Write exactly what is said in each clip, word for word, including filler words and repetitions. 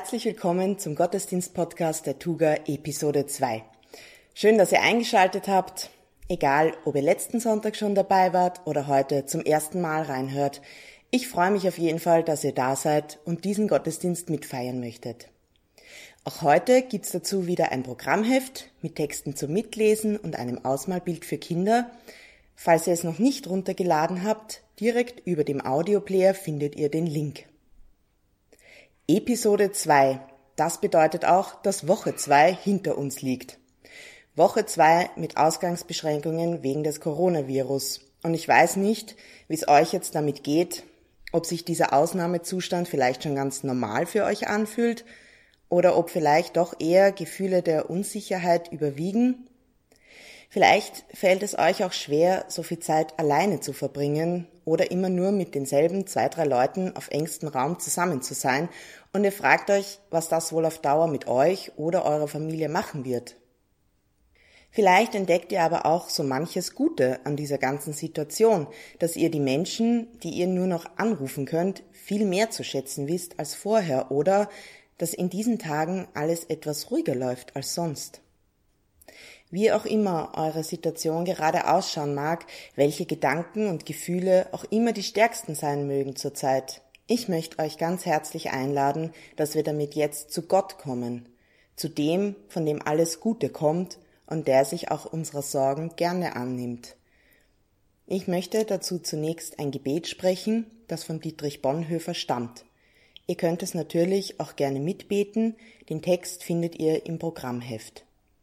herzlich willkommen zum Gottesdienst-Podcast der Tuga Episode zwei. Schön, dass ihr eingeschaltet habt. Egal, ob ihr letzten Sonntag schon dabei wart oder heute zum ersten Mal reinhört. Ich freue mich auf jeden Fall, dass ihr da seid und diesen Gottesdienst mitfeiern möchtet. Auch heute gibt's dazu wieder ein Programmheft mit Texten zum Mitlesen und einem Ausmalbild für Kinder. Falls ihr es noch nicht runtergeladen habt, direkt über dem Audioplayer findet ihr den Link. Episode zwei. Das bedeutet auch, dass Woche zwei hinter uns liegt. Woche zwei mit Ausgangsbeschränkungen wegen des Coronavirus. Und ich weiß nicht, wie es euch jetzt damit geht, ob sich dieser Ausnahmezustand vielleicht schon ganz normal für euch anfühlt oder ob vielleicht doch eher Gefühle der Unsicherheit überwiegen. Vielleicht fällt es euch auch schwer, so viel Zeit alleine zu verbringen oder immer nur mit denselben zwei, drei Leuten auf engstem Raum zusammen zu sein und ihr fragt euch, was das wohl auf Dauer mit euch oder eurer Familie machen wird. Vielleicht entdeckt ihr aber auch so manches Gute an dieser ganzen Situation, dass ihr die Menschen, die ihr nur noch anrufen könnt, viel mehr zu schätzen wisst als vorher oder dass in diesen Tagen alles etwas ruhiger läuft als sonst. Wie auch immer eure Situation gerade ausschauen mag, welche Gedanken und Gefühle auch immer die stärksten sein mögen zurzeit, ich möchte euch ganz herzlich einladen, dass wir damit jetzt zu Gott kommen, zu dem, von dem alles Gute kommt und der sich auch unserer Sorgen gerne annimmt. Ich möchte dazu zunächst ein Gebet sprechen, das von Dietrich Bonhoeffer stammt. Ihr könnt es natürlich auch gerne mitbeten, den Text findet ihr im Programmheft.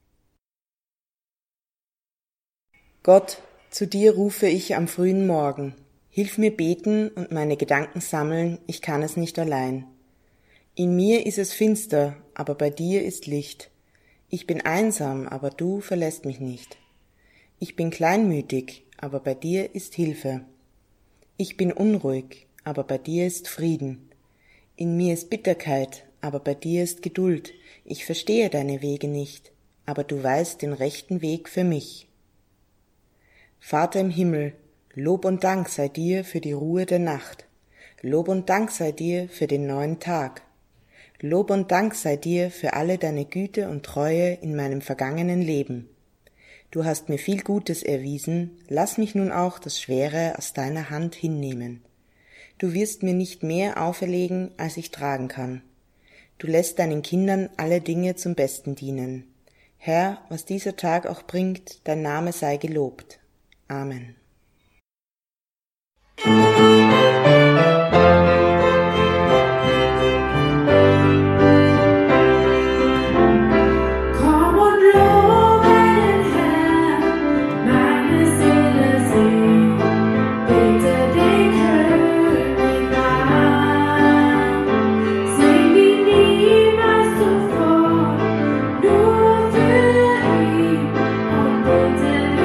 Gott, zu dir rufe ich am frühen Morgen. Hilf mir beten und meine Gedanken sammeln, ich kann es nicht allein. In mir ist es finster, aber bei dir ist Licht. Ich bin einsam, aber du verlässt mich nicht. Ich bin kleinmütig, aber bei dir ist Hilfe. Ich bin unruhig, aber bei dir ist Frieden. In mir ist Bitterkeit, aber bei dir ist Geduld. Ich verstehe deine Wege nicht, aber du weißt den rechten Weg für mich. Vater im Himmel, Lob und Dank sei dir für die Ruhe der Nacht. Lob und Dank sei dir für den neuen Tag. Lob und Dank sei dir für alle deine Güte und Treue in meinem vergangenen Leben. Du hast mir viel Gutes erwiesen, lass mich nun auch das Schwere aus deiner Hand hinnehmen. Du wirst mir nicht mehr auferlegen, als ich tragen kann. Du lässt deinen Kindern alle Dinge zum Besten dienen. Herr, was dieser Tag auch bringt, dein Name sei gelobt. Amen.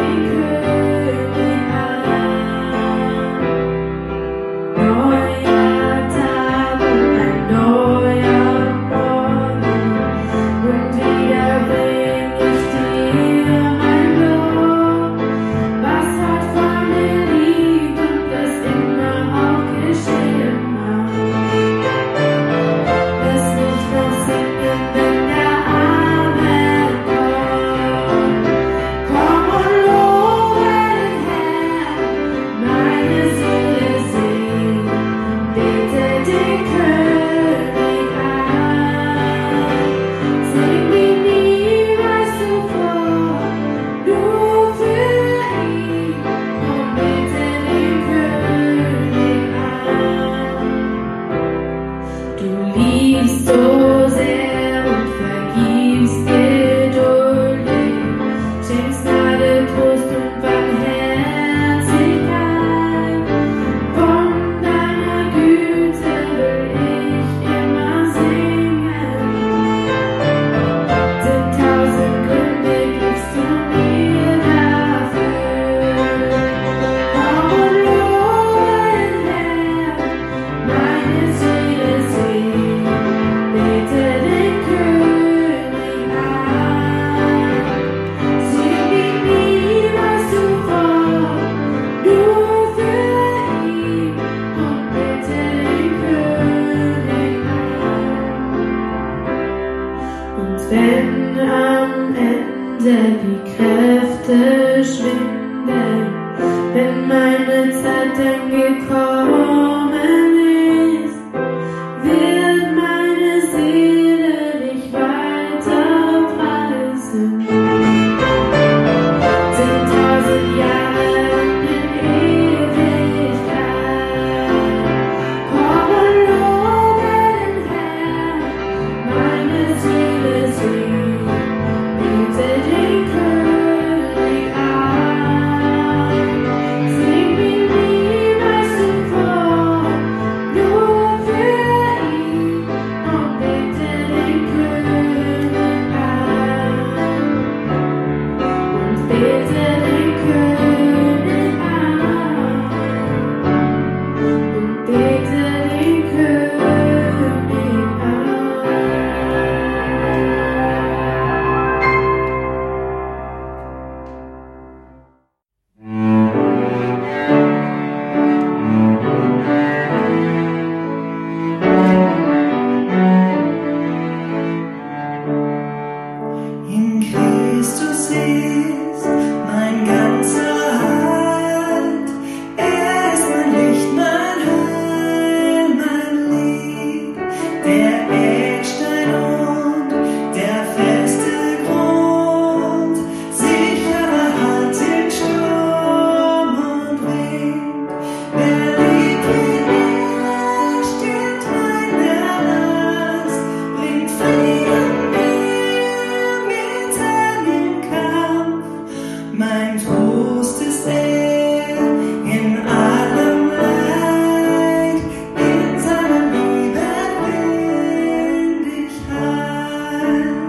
Oh, yeah. Kräfte schwinden, wenn meine Zeit dann gekommen ist, wird meine Seele dich weiter preisen. Zehntausend Jahre in Ewigkeit, komm und lobe den Herrn, meine Seele singt, bete den König an, sing ihm niemals zuvor, nur für ihn und bete den König an, und bete den König an, und bete den König an. In Christus ist mein ganzer Halt. Er ist mein Licht, mein Heil, mein Lieb, der Eckstein und der feste Grund, sicherer Halt in Sturm und Wind. Wer liebt ihn, er stillt meine Last, bringt Frieden mir mitten im Kampf. Mein Trost ist er in allem Leid, in seiner Liebe find ich Halt.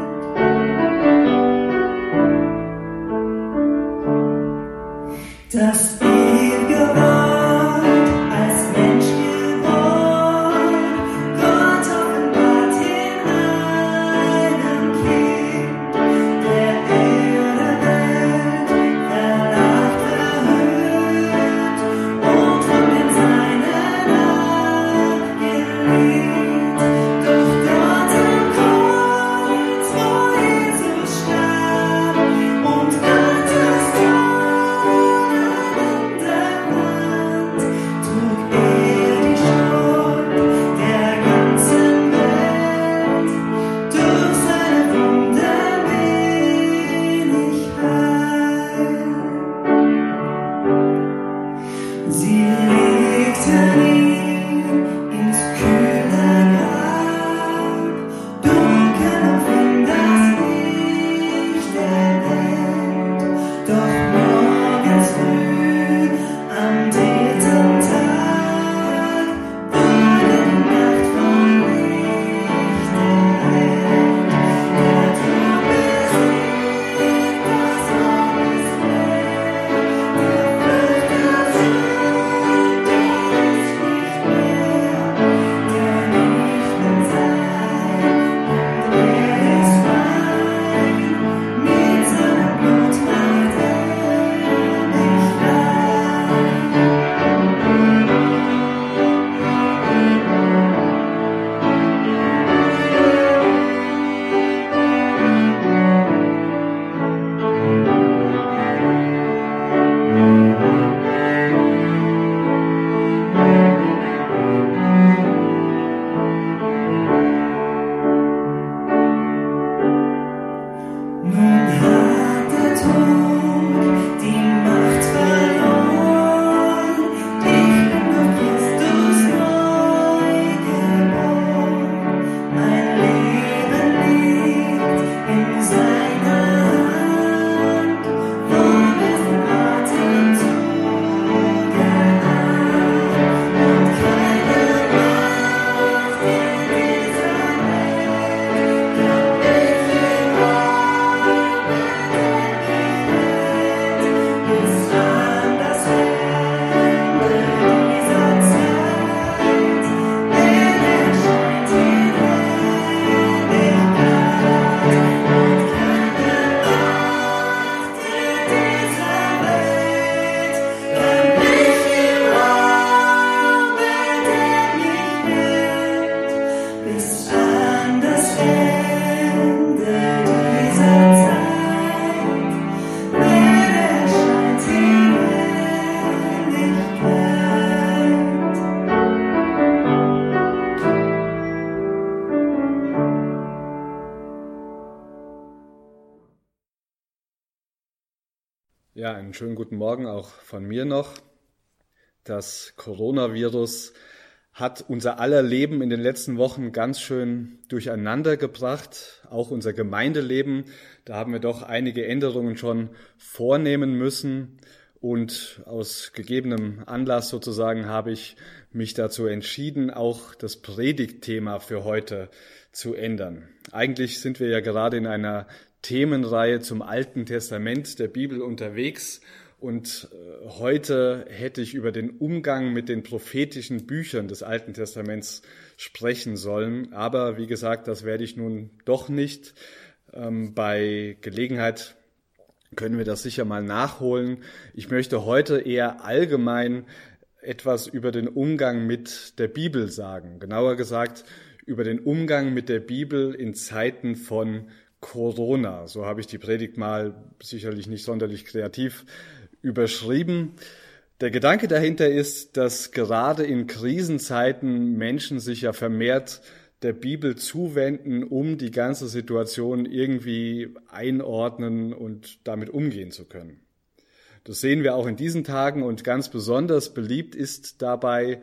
Das ewige Wort als Mensch geworden, Gott offenbart in einem Kind, der Erde Welt danach erhöht und von den Seinen abgelehnt. Doch Gott am Kreuz, wo Jesus starb und Gottes Sohn Ja, einen schönen guten Morgen auch von mir noch. Das Coronavirus hat unser aller Leben in den letzten Wochen ganz schön durcheinander gebracht, auch unser Gemeindeleben. Da haben wir doch einige Änderungen schon vornehmen müssen und aus gegebenem Anlass sozusagen habe ich mich dazu entschieden, auch das Predigtthema für heute zu ändern. Eigentlich sind wir ja gerade in einer Themenreihe zum Alten Testament der Bibel unterwegs und heute hätte ich über den Umgang mit den prophetischen Büchern des Alten Testaments sprechen sollen. Aber wie gesagt, das werde ich nun doch nicht. Ähm, bei Gelegenheit können wir das sicher mal nachholen. Ich möchte heute eher allgemein etwas über den Umgang mit der Bibel sagen. Genauer gesagt, über den Umgang mit der Bibel in Zeiten von Corona. So habe ich die Predigt mal sicherlich nicht sonderlich kreativ überschrieben. Der Gedanke dahinter ist, dass gerade in Krisenzeiten Menschen sich ja vermehrt der Bibel zuwenden, um die ganze Situation irgendwie einordnen und damit umgehen zu können. Das sehen wir auch in diesen Tagen und ganz besonders beliebt ist dabei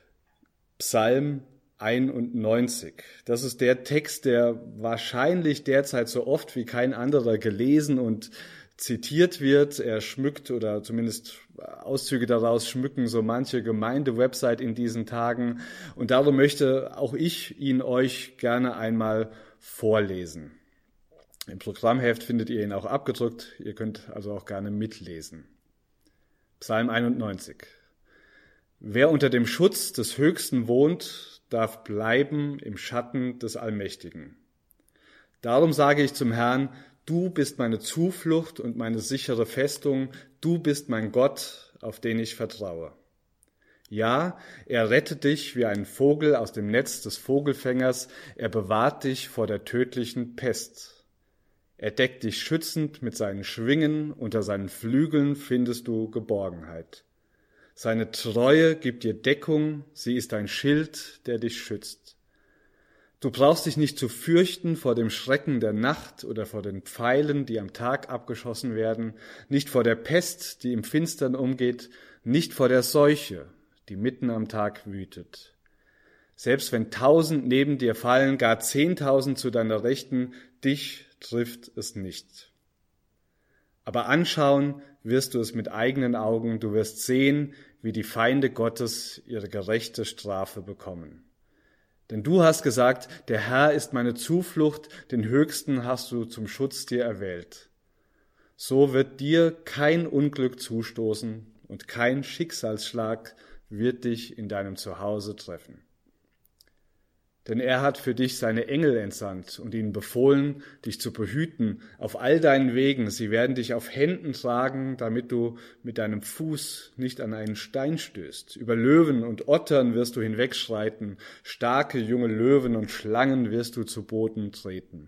Psalm einundneunzig. Das ist der Text, der wahrscheinlich derzeit so oft wie kein anderer gelesen und zitiert wird. Er schmückt oder zumindest Auszüge daraus schmücken so manche Gemeindewebsite in diesen Tagen. Und darum möchte auch ich ihn euch gerne einmal vorlesen. Im Programmheft findet ihr ihn auch abgedruckt. Ihr könnt also auch gerne mitlesen. Psalm einundneunzig. Wer unter dem Schutz des Höchsten wohnt, darf bleiben im Schatten des Allmächtigen. Darum sage ich zum Herrn, du bist meine Zuflucht und meine sichere Festung, du bist mein Gott, auf den ich vertraue. Ja, er rettet dich wie ein Vogel aus dem Netz des Vogelfängers, er bewahrt dich vor der tödlichen Pest. Er deckt dich schützend mit seinen Schwingen, unter seinen Flügeln findest du Geborgenheit. Seine Treue gibt dir Deckung, sie ist ein Schild, der dich schützt. Du brauchst dich nicht zu fürchten vor dem Schrecken der Nacht oder vor den Pfeilen, die am Tag abgeschossen werden, nicht vor der Pest, die im Finstern umgeht, nicht vor der Seuche, die mitten am Tag wütet. Selbst wenn tausend neben dir fallen, gar zehntausend zu deiner Rechten, dich trifft es nicht. Aber anschauen wirst du es mit eigenen Augen, du wirst sehen, wie die Feinde Gottes ihre gerechte Strafe bekommen. Denn du hast gesagt, der Herr ist meine Zuflucht, den Höchsten hast du zum Schutz dir erwählt. So wird dir kein Unglück zustoßen und kein Schicksalsschlag wird dich in deinem Zuhause treffen. Denn er hat für dich seine Engel entsandt und ihnen befohlen, dich zu behüten auf all deinen Wegen. Sie werden dich auf Händen tragen, damit du mit deinem Fuß nicht an einen Stein stößt. Über Löwen und Ottern wirst du hinwegschreiten, starke junge Löwen und Schlangen wirst du zu Boden treten.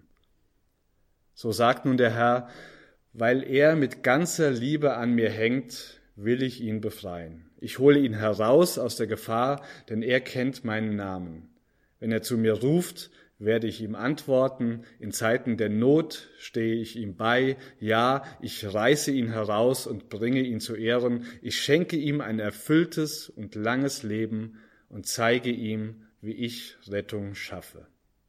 So sagt nun der Herr, weil er mit ganzer Liebe an mir hängt, will ich ihn befreien. Ich hole ihn heraus aus der Gefahr, denn er kennt meinen Namen. Wenn er zu mir ruft, werde ich ihm antworten. In Zeiten der Not stehe ich ihm bei. Ja, ich reiße ihn heraus und bringe ihn zu Ehren. Ich schenke ihm ein erfülltes und langes Leben und zeige ihm, wie ich Rettung schaffe.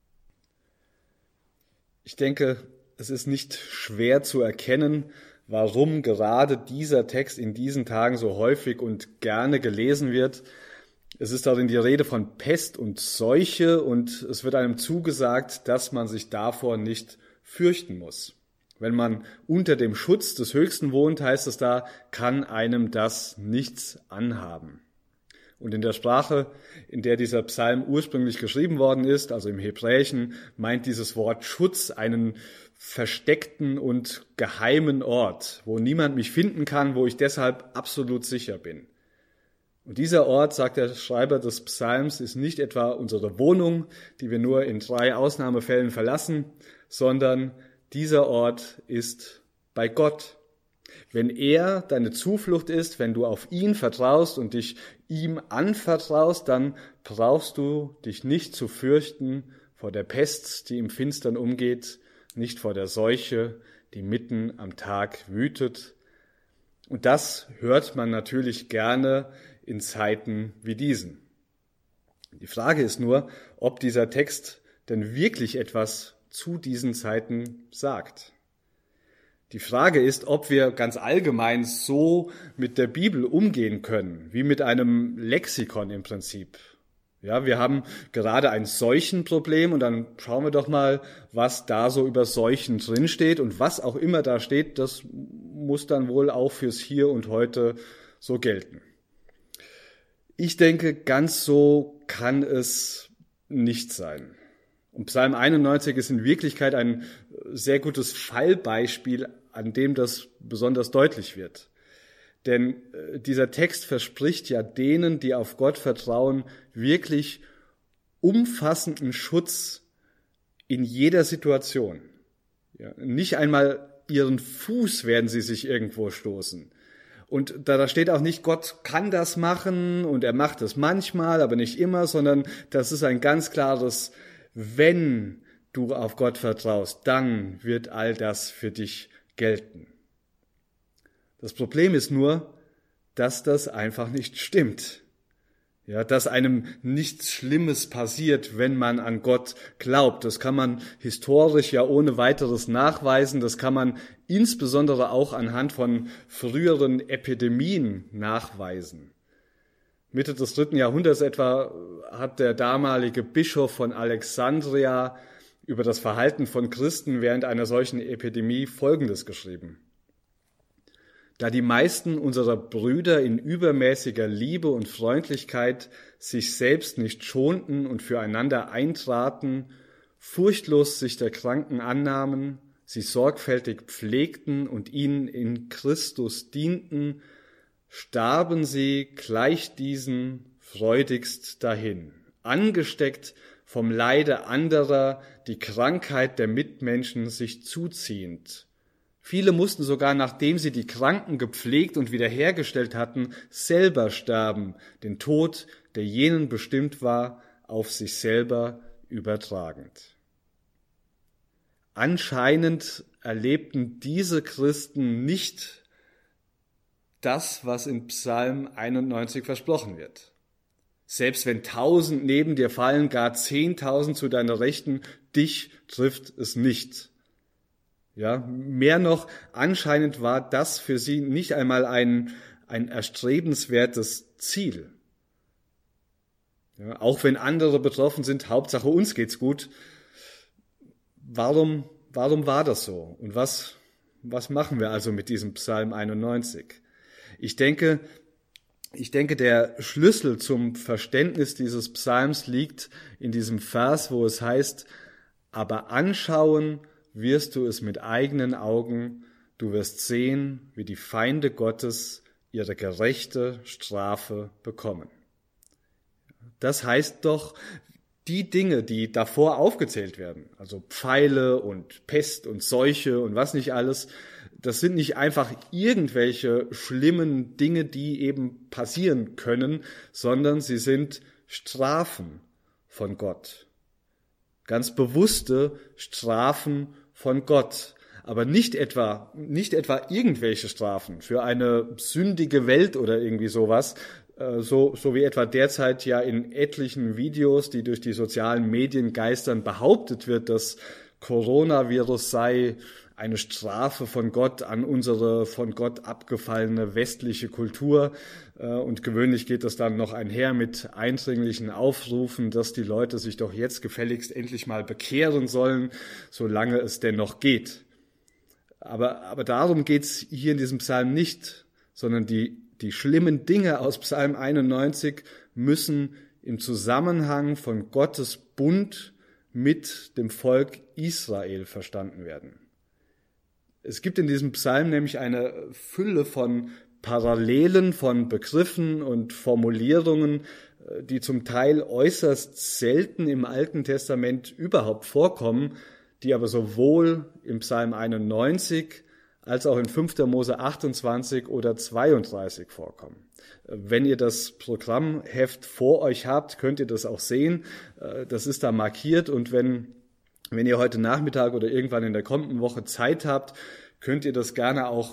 Ich denke, es ist nicht schwer zu erkennen, warum gerade dieser Text in diesen Tagen so häufig und gerne gelesen wird. Es ist darin die Rede von Pest und Seuche und es wird einem zugesagt, dass man sich davor nicht fürchten muss. Wenn man unter dem Schutz des Höchsten wohnt, heißt es da, kann einem das nichts anhaben. Und in der Sprache, in der dieser Psalm ursprünglich geschrieben worden ist, also im Hebräischen, meint dieses Wort Schutz einen versteckten und geheimen Ort, wo niemand mich finden kann, wo ich deshalb absolut sicher bin. Und dieser Ort, sagt der Schreiber des Psalms, ist nicht etwa unsere Wohnung, die wir nur in drei Ausnahmefällen verlassen, sondern dieser Ort ist bei Gott. Wenn er deine Zuflucht ist, wenn du auf ihn vertraust und dich ihm anvertraust, dann brauchst du dich nicht zu fürchten vor der Pest, die im Finstern umgeht, nicht vor der Seuche, die mitten am Tag wütet. Und das hört man natürlich gerne in Zeiten wie diesen. Die Frage ist nur, ob dieser Text denn wirklich etwas zu diesen Zeiten sagt. Die Frage ist, ob wir ganz allgemein so mit der Bibel umgehen können, wie mit einem Lexikon im Prinzip. Ja, wir haben gerade ein Seuchenproblem und dann schauen wir doch mal, was da so über Seuchen drinsteht und was auch immer da steht, das muss dann wohl auch fürs Hier und Heute so gelten. Ich denke, ganz so kann es nicht sein. Und Psalm einundneunzig ist in Wirklichkeit ein sehr gutes Fallbeispiel, an dem das besonders deutlich wird. Denn dieser Text verspricht ja denen, die auf Gott vertrauen, wirklich umfassenden Schutz in jeder Situation. Ja, nicht einmal ihren Fuß werden sie sich irgendwo stoßen. Und da, da steht auch nicht, Gott kann das machen und er macht es manchmal, aber nicht immer, sondern das ist ein ganz klares, wenn du auf Gott vertraust, dann wird all das für dich gelten. Das Problem ist nur, dass das einfach nicht stimmt. Ja, dass einem nichts Schlimmes passiert, wenn man an Gott glaubt. Das kann man historisch ja ohne weiteres nachweisen. Das kann man insbesondere auch anhand von früheren Epidemien nachweisen. Mitte des dritten Jahrhunderts etwa hat der damalige Bischof von Alexandria über das Verhalten von Christen während einer solchen Epidemie Folgendes geschrieben. Da die meisten unserer Brüder in übermäßiger Liebe und Freundlichkeit sich selbst nicht schonten und füreinander eintraten, furchtlos sich der Kranken annahmen, sie sorgfältig pflegten und ihnen in Christus dienten, starben sie gleich diesen freudigst dahin, angesteckt vom Leide anderer, die Krankheit der Mitmenschen sich zuziehend. Viele mussten sogar, nachdem sie die Kranken gepflegt und wiederhergestellt hatten, selber sterben, den Tod, der jenen bestimmt war, auf sich selber übertragend. Anscheinend erlebten diese Christen nicht das, was in Psalm einundneunzig versprochen wird. Selbst wenn tausend neben dir fallen, gar zehntausend zu deiner Rechten, dich trifft es nicht. Ja, mehr noch, anscheinend war das für sie nicht einmal ein, ein erstrebenswertes Ziel. Ja, auch wenn andere betroffen sind, Hauptsache uns geht's gut. Warum, warum war das so? Und was, was machen wir also mit diesem Psalm einundneunzig? Ich denke, ich denke, der Schlüssel zum Verständnis dieses Psalms liegt in diesem Vers, wo es heißt, aber anschauen wirst du es mit eigenen Augen, du wirst sehen, wie die Feinde Gottes ihre gerechte Strafe bekommen. Das heißt doch, die Dinge, die davor aufgezählt werden, also Pfeile und Pest und Seuche und was nicht alles, das sind nicht einfach irgendwelche schlimmen Dinge, die eben passieren können, sondern sie sind Strafen von Gott. Ganz bewusste Strafen von Gott. Aber nicht etwa, nicht etwa irgendwelche Strafen für eine sündige Welt oder irgendwie sowas, so, so wie etwa derzeit ja in etlichen Videos, die durch die sozialen Medien geistern, behauptet wird, dass Coronavirus sei eine Strafe von Gott an unsere von Gott abgefallene westliche Kultur. Und gewöhnlich geht das dann noch einher mit eindringlichen Aufrufen, dass die Leute sich doch jetzt gefälligst endlich mal bekehren sollen, solange es denn noch geht. Aber, aber darum geht's hier in diesem Psalm nicht, sondern die, die schlimmen Dinge aus Psalm einundneunzig müssen im Zusammenhang von Gottes Bund mit dem Volk Israel verstanden werden. Es gibt in diesem Psalm nämlich eine Fülle von Parallelen, von Begriffen und Formulierungen, die zum Teil äußerst selten im Alten Testament überhaupt vorkommen, die aber sowohl im Psalm einundneunzig als auch in fünfter Mose achtundzwanzig oder zweiunddreißig vorkommen. Wenn ihr das Programmheft vor euch habt, könnt ihr das auch sehen. Das ist da markiert und wenn Wenn ihr heute Nachmittag oder irgendwann in der kommenden Woche Zeit habt, könnt ihr das gerne auch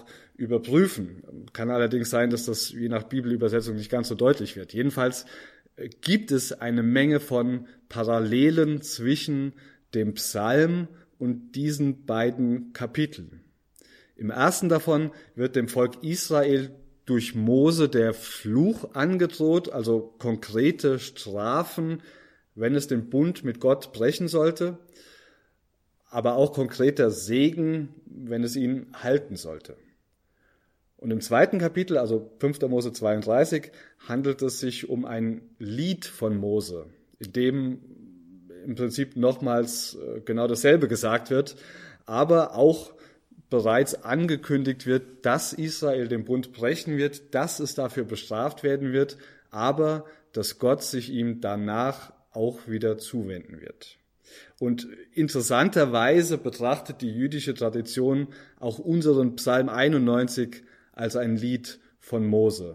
überprüfen. Kann allerdings sein, dass das je nach Bibelübersetzung nicht ganz so deutlich wird. Jedenfalls gibt es eine Menge von Parallelen zwischen dem Psalm und diesen beiden Kapiteln. Im ersten davon wird dem Volk Israel durch Mose der Fluch angedroht, also konkrete Strafen, wenn es den Bund mit Gott brechen sollte, aber auch konkreter Segen, wenn es ihn halten sollte. Und im zweiten Kapitel, also fünfter Mose zweiunddreißig, handelt es sich um ein Lied von Mose, in dem im Prinzip nochmals genau dasselbe gesagt wird, aber auch bereits angekündigt wird, dass Israel den Bund brechen wird, dass es dafür bestraft werden wird, aber dass Gott sich ihm danach auch wieder zuwenden wird. Und interessanterweise betrachtet die jüdische Tradition auch unseren Psalm einundneunzig als ein Lied von Mose.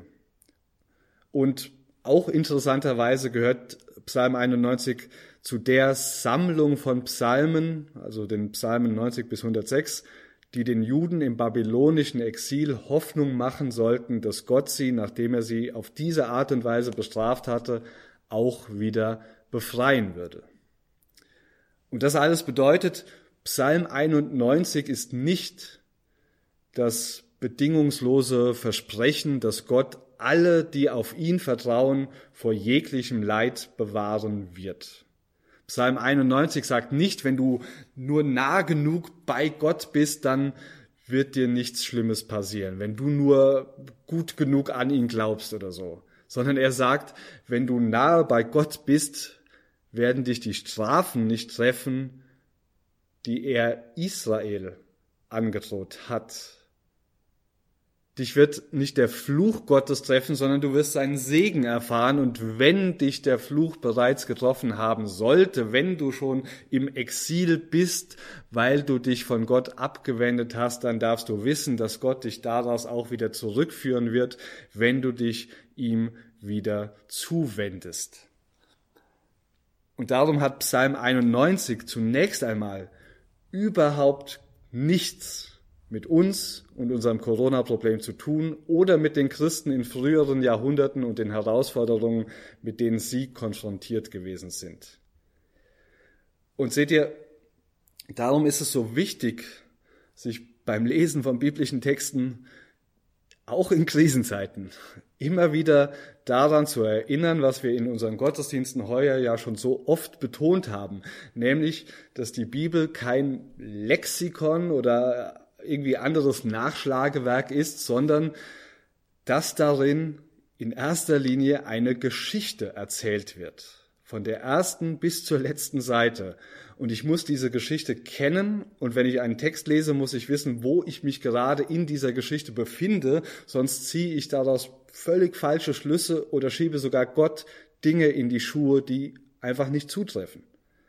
Und auch interessanterweise gehört Psalm einundneunzig zu der Sammlung von Psalmen, also den Psalmen neunzig bis hundertsechs, die den Juden im babylonischen Exil Hoffnung machen sollten, dass Gott sie, nachdem er sie auf diese Art und Weise bestraft hatte, auch wieder befreien würde. Und das alles bedeutet, Psalm einundneunzig ist nicht das bedingungslose Versprechen, dass Gott alle, die auf ihn vertrauen, vor jeglichem Leid bewahren wird. Psalm einundneunzig sagt nicht, wenn du nur nah genug bei Gott bist, dann wird dir nichts Schlimmes passieren, wenn du nur gut genug an ihn glaubst oder so. Sondern er sagt, wenn du nahe bei Gott bist, werden dich die Strafen nicht treffen, die er Israel angedroht hat. Dich wird nicht der Fluch Gottes treffen, sondern du wirst seinen Segen erfahren. Und wenn dich der Fluch bereits getroffen haben sollte, wenn du schon im Exil bist, weil du dich von Gott abgewendet hast, dann darfst du wissen, dass Gott dich daraus auch wieder zurückführen wird, wenn du dich ihm wieder zuwendest. Und darum hat Psalm einundneunzig zunächst einmal überhaupt nichts mit uns und unserem Corona-Problem zu tun oder mit den Christen in früheren Jahrhunderten und den Herausforderungen, mit denen sie konfrontiert gewesen sind. Und seht ihr, darum ist es so wichtig, sich beim Lesen von biblischen Texten auch in Krisenzeiten immer wieder daran zu erinnern, was wir in unseren Gottesdiensten heuer ja schon so oft betont haben, nämlich, dass die Bibel kein Lexikon oder irgendwie anderes Nachschlagewerk ist, sondern dass darin in erster Linie eine Geschichte erzählt wird. Von der ersten bis zur letzten Seite. Und ich muss diese Geschichte kennen und wenn ich einen Text lese, muss ich wissen, wo ich mich gerade in dieser Geschichte befinde, sonst ziehe ich daraus völlig falsche Schlüsse oder schiebe sogar Gott Dinge in die Schuhe, die einfach nicht zutreffen.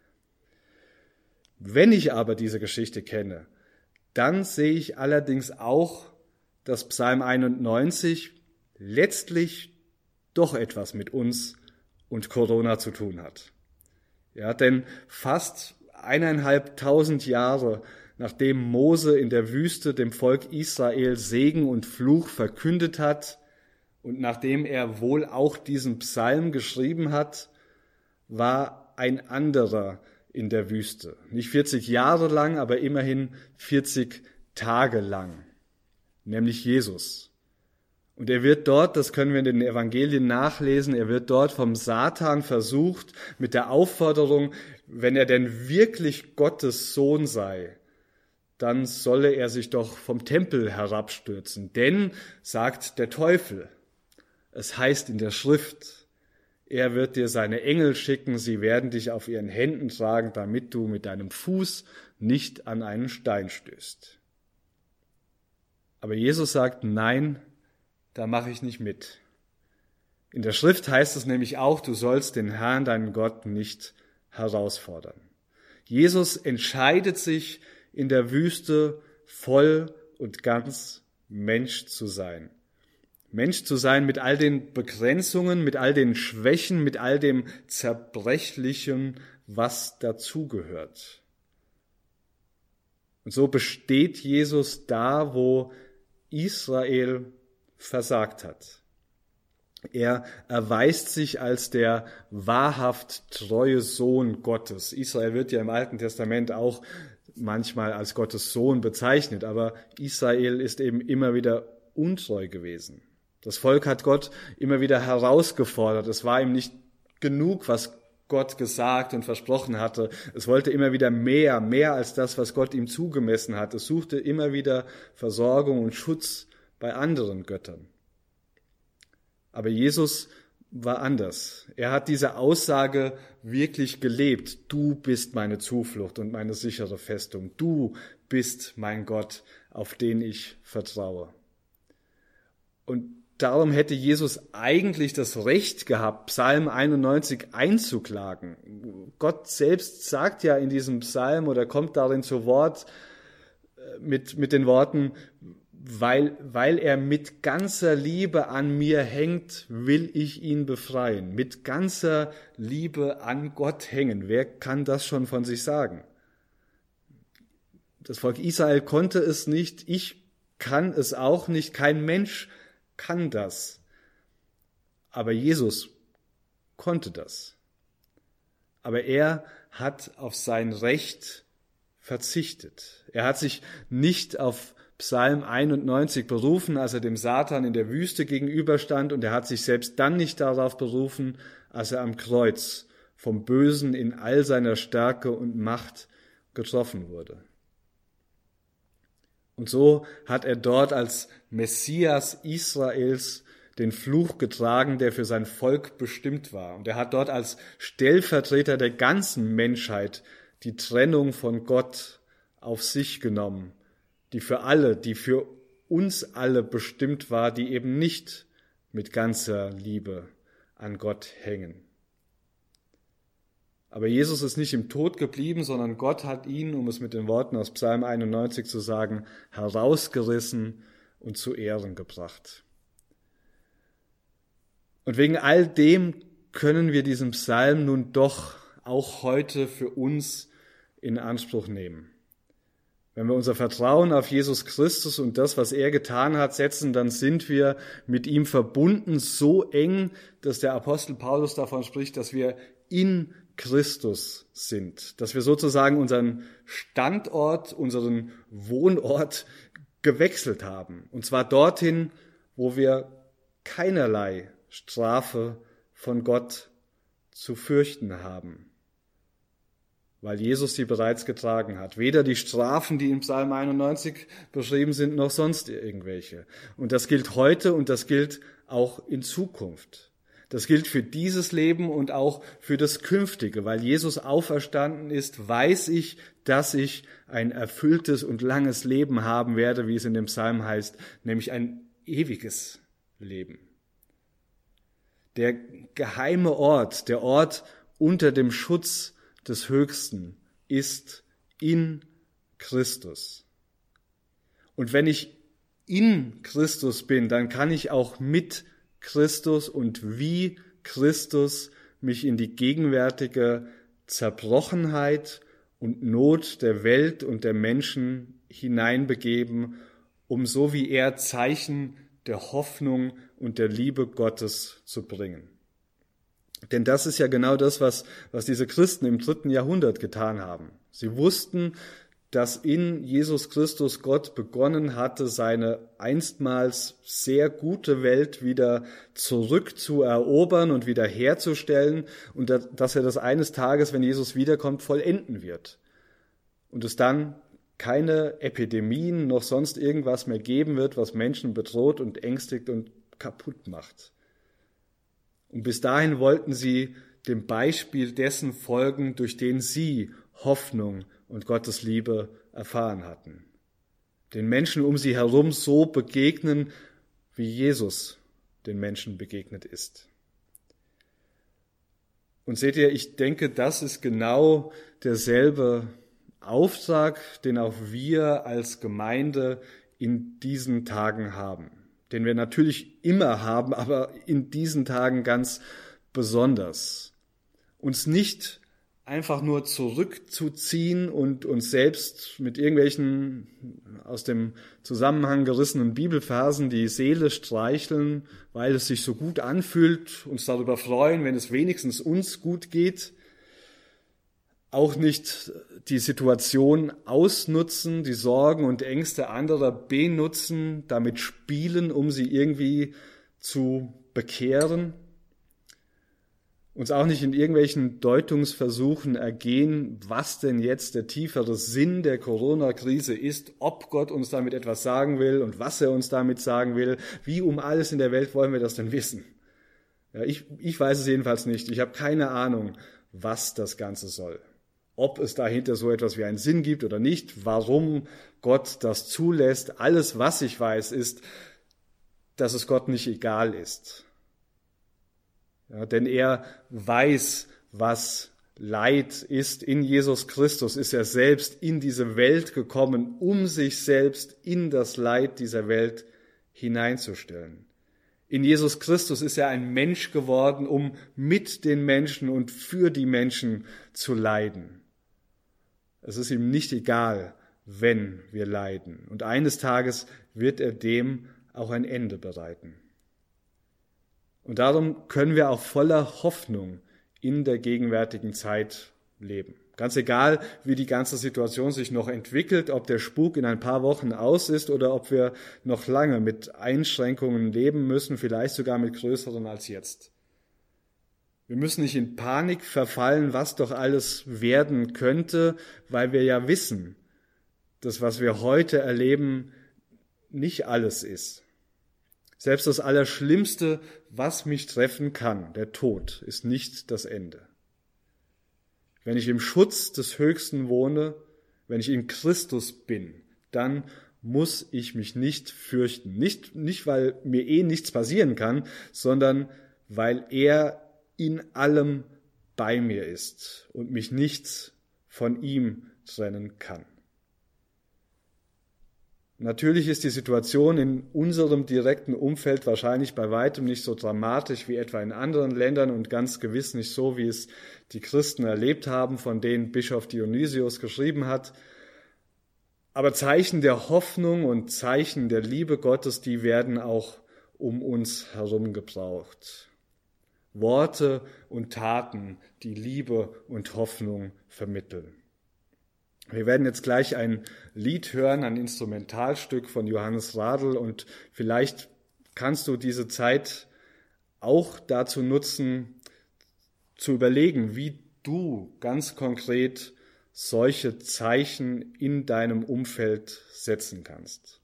Wenn ich aber diese Geschichte kenne, dann sehe ich allerdings auch, dass Psalm einundneunzig letztlich doch etwas mit uns und Corona zu tun hat. Ja, denn fast eineinhalbtausend Jahre nachdem Mose in der Wüste dem Volk Israel Segen und Fluch verkündet hat und nachdem er wohl auch diesen Psalm geschrieben hat, war ein anderer in der Wüste. Nicht vierzig Jahre lang, aber immerhin vierzig Tage lang, nämlich Jesus. Und er wird dort, das können wir in den Evangelien nachlesen, er wird dort vom Satan versucht mit der Aufforderung, wenn er denn wirklich Gottes Sohn sei, dann solle er sich doch vom Tempel herabstürzen. Denn, sagt der Teufel, es heißt in der Schrift, er wird dir seine Engel schicken, sie werden dich auf ihren Händen tragen, damit du mit deinem Fuß nicht an einen Stein stößt. Aber Jesus sagt, nein, da mache ich nicht mit. In der Schrift heißt es nämlich auch, du sollst den Herrn, deinen Gott, nicht herausfordern. Jesus entscheidet sich in der Wüste voll und ganz Mensch zu sein. Mensch zu sein mit all den Begrenzungen, mit all den Schwächen, mit all dem Zerbrechlichen, was dazugehört. Und so besteht Jesus da, wo Israel versagt hat. Er erweist sich als der wahrhaft treue Sohn Gottes. Israel wird ja im Alten Testament auch manchmal als Gottes Sohn bezeichnet, aber Israel ist eben immer wieder untreu gewesen. Das Volk hat Gott immer wieder herausgefordert. Es war ihm nicht genug, was Gott gesagt und versprochen hatte. Es wollte immer wieder mehr, mehr als das, was Gott ihm zugemessen hat. Es suchte immer wieder Versorgung und Schutz bei anderen Göttern. Aber Jesus war anders. Er hat diese Aussage wirklich gelebt. Du bist meine Zuflucht und meine sichere Festung. Du bist mein Gott, auf den ich vertraue. Und darum hätte Jesus eigentlich das Recht gehabt, Psalm einundneunzig einzuklagen. Gott selbst sagt ja in diesem Psalm oder kommt darin zu Wort mit, mit den Worten, Weil, weil er mit ganzer Liebe an mir hängt, will ich ihn befreien. Mit ganzer Liebe an Gott hängen. Wer kann das schon von sich sagen? Das Volk Israel konnte es nicht. Ich kann es auch nicht. Kein Mensch kann das. Aber Jesus konnte das. Aber er hat auf sein Recht verzichtet. Er hat sich nicht auf Psalm einundneunzig berufen, als er dem Satan in der Wüste gegenüberstand, und er hat sich selbst dann nicht darauf berufen, als er am Kreuz vom Bösen in all seiner Stärke und Macht getroffen wurde. Und so hat er dort als Messias Israels den Fluch getragen, der für sein Volk bestimmt war. Und er hat dort als Stellvertreter der ganzen Menschheit die Trennung von Gott auf sich genommen, die für alle, die für uns alle bestimmt war, die eben nicht mit ganzer Liebe an Gott hängen. Aber Jesus ist nicht im Tod geblieben, sondern Gott hat ihn, um es mit den Worten aus Psalm einundneunzig zu sagen, herausgerissen und zu Ehren gebracht. Und wegen all dem können wir diesen Psalm nun doch auch heute für uns in Anspruch nehmen. Wenn wir unser Vertrauen auf Jesus Christus und das, was er getan hat, setzen, dann sind wir mit ihm verbunden so eng, dass der Apostel Paulus davon spricht, dass wir in Christus sind, dass wir sozusagen unseren Standort, unseren Wohnort gewechselt haben. Und zwar dorthin, wo wir keinerlei Strafe von Gott zu fürchten haben, weil Jesus sie bereits getragen hat. Weder die Strafen, die im Psalm einundneunzig beschrieben sind, noch sonst irgendwelche. Und das gilt heute und das gilt auch in Zukunft. Das gilt für dieses Leben und auch für das Künftige. Weil Jesus auferstanden ist, weiß ich, dass ich ein erfülltes und langes Leben haben werde, wie es in dem Psalm heißt, nämlich ein ewiges Leben. Der geheime Ort, der Ort unter dem Schutz des Höchsten ist in Christus. Und wenn ich in Christus bin, dann kann ich auch mit Christus und wie Christus mich in die gegenwärtige Zerbrochenheit und Not der Welt und der Menschen hineinbegeben, um so wie er Zeichen der Hoffnung und der Liebe Gottes zu bringen. Denn das ist ja genau das, was, was diese Christen im dritten Jahrhundert getan haben. Sie wussten, dass in Jesus Christus Gott begonnen hatte, seine einstmals sehr gute Welt wieder zurückzuerobern und wieder herzustellen und dass er das eines Tages, wenn Jesus wiederkommt, vollenden wird. Und es dann keine Epidemien noch sonst irgendwas mehr geben wird, was Menschen bedroht und ängstigt und kaputt macht. Und bis dahin wollten sie dem Beispiel dessen folgen, durch den sie Hoffnung und Gottes Liebe erfahren hatten. Den Menschen um sie herum so begegnen, wie Jesus den Menschen begegnet ist. Und seht ihr, ich denke, das ist genau derselbe Auftrag, den auch wir als Gemeinde in diesen Tagen haben. Den wir natürlich immer haben, aber in diesen Tagen ganz besonders. Uns nicht einfach nur zurückzuziehen und uns selbst mit irgendwelchen aus dem Zusammenhang gerissenen Bibelversen die Seele streicheln, weil es sich so gut anfühlt, uns darüber freuen, wenn es wenigstens uns gut geht. Auch nicht die Situation ausnutzen, die Sorgen und Ängste anderer benutzen, damit spielen, um sie irgendwie zu bekehren. Uns auch nicht in irgendwelchen Deutungsversuchen ergehen, was denn jetzt der tiefere Sinn der Corona-Krise ist, ob Gott uns damit etwas sagen will und was er uns damit sagen will. Wie um alles in der Welt wollen wir das denn wissen? Ja, ich, ich weiß es jedenfalls nicht. Ich habe keine Ahnung, was das Ganze soll. Ob es dahinter so etwas wie einen Sinn gibt oder nicht, warum Gott das zulässt. Alles, was ich weiß, ist, dass es Gott nicht egal ist. Ja, denn er weiß, was Leid ist. In Jesus Christus ist er selbst in diese Welt gekommen, um sich selbst in das Leid dieser Welt hineinzustellen. In Jesus Christus ist er ein Mensch geworden, um mit den Menschen und für die Menschen zu leiden. Es ist ihm nicht egal, wenn wir leiden. Und eines Tages wird er dem auch ein Ende bereiten. Und darum können wir auch voller Hoffnung in der gegenwärtigen Zeit leben. Ganz egal, wie die ganze Situation sich noch entwickelt, ob der Spuk in ein paar Wochen aus ist oder ob wir noch lange mit Einschränkungen leben müssen, vielleicht sogar mit größeren als jetzt. Wir müssen nicht in Panik verfallen, was doch alles werden könnte, weil wir ja wissen, dass was wir heute erleben, nicht alles ist. Selbst das Allerschlimmste, was mich treffen kann, der Tod, ist nicht das Ende. Wenn ich im Schutz des Höchsten wohne, wenn ich in Christus bin, dann muss ich mich nicht fürchten. Nicht, nicht, weil mir eh nichts passieren kann, sondern weil er in allem bei mir ist und mich nichts von ihm trennen kann. Natürlich ist die Situation in unserem direkten Umfeld wahrscheinlich bei weitem nicht so dramatisch wie etwa in anderen Ländern und ganz gewiss nicht so, wie es die Christen erlebt haben, von denen Bischof Dionysius geschrieben hat. Aber Zeichen der Hoffnung und Zeichen der Liebe Gottes, die werden auch um uns herum gebraucht. Worte und Taten, die Liebe und Hoffnung vermitteln. Wir werden jetzt gleich ein Lied hören, ein Instrumentalstück von Johannes Radl und vielleicht kannst du diese Zeit auch dazu nutzen, zu überlegen, wie du ganz konkret solche Zeichen in deinem Umfeld setzen kannst.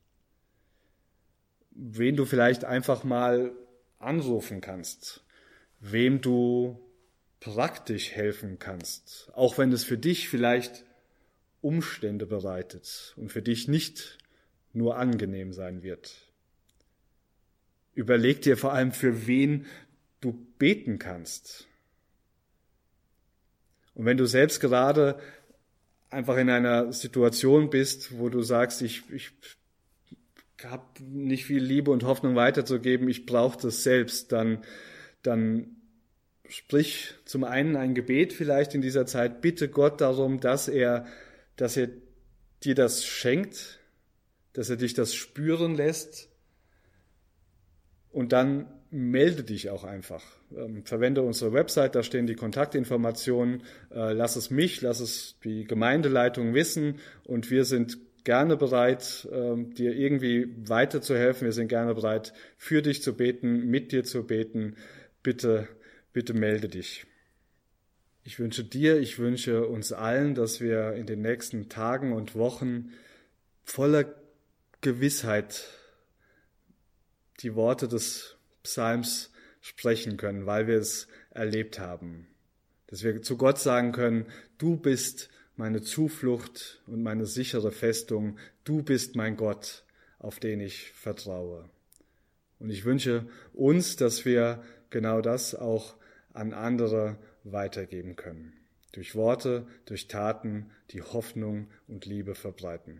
Wen du vielleicht einfach mal anrufen kannst, wem du praktisch helfen kannst, auch wenn es für dich vielleicht Umstände bereitet und für dich nicht nur angenehm sein wird. Überleg dir vor allem, für wen du beten kannst. Und wenn du selbst gerade einfach in einer Situation bist, wo du sagst, ich, ich habe nicht viel Liebe und Hoffnung weiterzugeben, ich brauche das selbst, dann, dann sprich zum einen ein Gebet vielleicht in dieser Zeit, bitte Gott darum, dass er dass er dir das schenkt, dass er dich das spüren lässt und dann melde dich auch einfach. Ähm, verwende unsere Website, da stehen die Kontaktinformationen, äh, lass es mich, lass es die Gemeindeleitung wissen und wir sind gerne bereit, äh, dir irgendwie weiterzuhelfen. Wir sind gerne bereit, für dich zu beten, mit dir zu beten. Bitte, bitte melde dich. Ich wünsche dir, ich wünsche uns allen, dass wir in den nächsten Tagen und Wochen voller Gewissheit die Worte des Psalms sprechen können, weil wir es erlebt haben. Dass wir zu Gott sagen können, du bist meine Zuflucht und meine sichere Festung, du bist mein Gott, auf den ich vertraue. Und ich wünsche uns, dass wir genau das auch an andere weitergeben können. Durch Worte, durch Taten, die Hoffnung und Liebe verbreiten.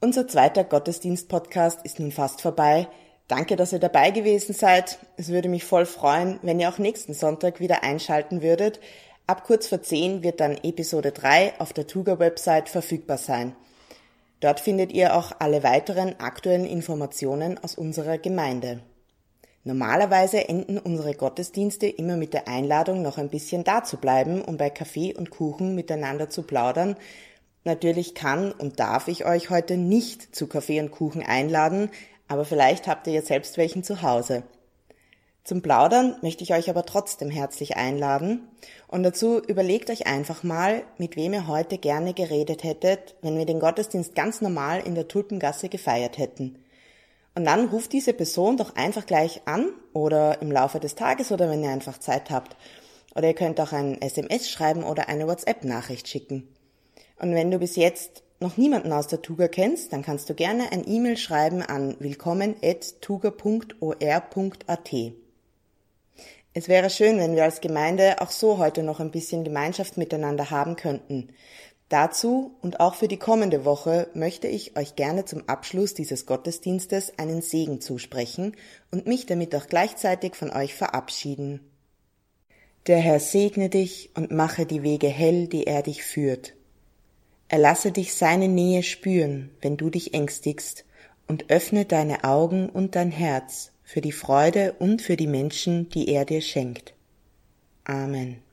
Unser zweiter Gottesdienst-Podcast ist nun fast vorbei. Danke, dass ihr dabei gewesen seid. Es würde mich voll freuen, wenn ihr auch nächsten Sonntag wieder einschalten würdet. Ab kurz vor zehn wird dann Episode drei auf der Tuga-Website verfügbar sein. Dort findet ihr auch alle weiteren aktuellen Informationen aus unserer Gemeinde. Normalerweise enden unsere Gottesdienste immer mit der Einladung, noch ein bisschen da zu bleiben, um bei Kaffee und Kuchen miteinander zu plaudern. Natürlich kann und darf ich euch heute nicht zu Kaffee und Kuchen einladen, aber vielleicht habt ihr ja selbst welchen zu Hause. Zum Plaudern möchte ich euch aber trotzdem herzlich einladen und dazu überlegt euch einfach mal, mit wem ihr heute gerne geredet hättet, wenn wir den Gottesdienst ganz normal in der Tulpengasse gefeiert hätten. Und dann ruft diese Person doch einfach gleich an oder im Laufe des Tages oder wenn ihr einfach Zeit habt. Oder ihr könnt auch ein S M S schreiben oder eine WhatsApp-Nachricht schicken. Und wenn du bis jetzt noch niemanden aus der Tuga kennst, dann kannst du gerne ein E-Mail schreiben an willkommen at tuga punkt o r punkt a t. Es wäre schön, wenn wir als Gemeinde auch so heute noch ein bisschen Gemeinschaft miteinander haben könnten. Dazu und auch für die kommende Woche möchte ich euch gerne zum Abschluss dieses Gottesdienstes einen Segen zusprechen und mich damit auch gleichzeitig von euch verabschieden. Der Herr segne dich und mache die Wege hell, die er dich führt. Er lasse dich seine Nähe spüren, wenn du dich ängstigst, und öffne deine Augen und dein Herz für die Freude und für die Menschen, die er dir schenkt. Amen.